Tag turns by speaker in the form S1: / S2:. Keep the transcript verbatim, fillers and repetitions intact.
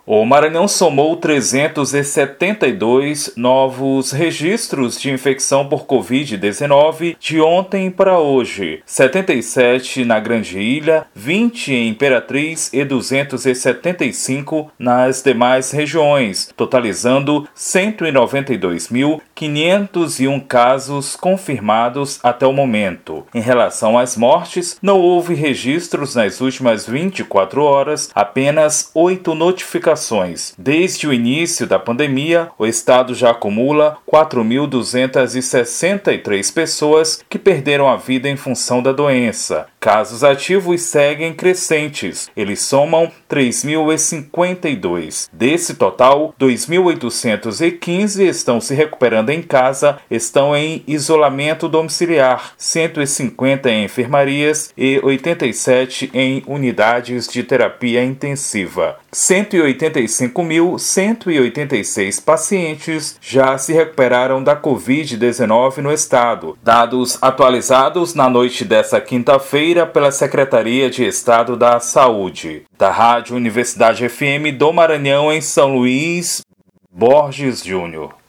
S1: O Maranhão somou trezentos e setenta e dois novos registros de infecção por covid dezenove de ontem para hoje, setenta e sete na Grande Ilha, vinte em Imperatriz e duzentos e setenta e cinco nas demais regiões, totalizando cento e noventa e dois mil quinhentos e um casos confirmados até o momento. Em relação às mortes, não houve registros nas últimas vinte e quatro horas, apenas oito notificações. Desde o início da pandemia, o estado já acumula quatro mil duzentas e sessenta e três pessoas que perderam a vida em função da doença. Casos ativos seguem crescentes. Eles somam três mil e cinquenta e dois. Desse total, dois mil oitocentos e quinze estão se recuperando em casa, estão em isolamento domiciliar, cento e cinquenta em enfermarias e oitenta e sete em unidades de terapia intensiva. cento e oitenta e cinco mil cento e oitenta e seis pacientes já se recuperaram da covid dezenove no estado. Dados atualizados na noite desta quinta-feira pela Secretaria de Estado da Saúde. Da Rádio Universidade F M do Maranhão em São Luís, Borges Júnior.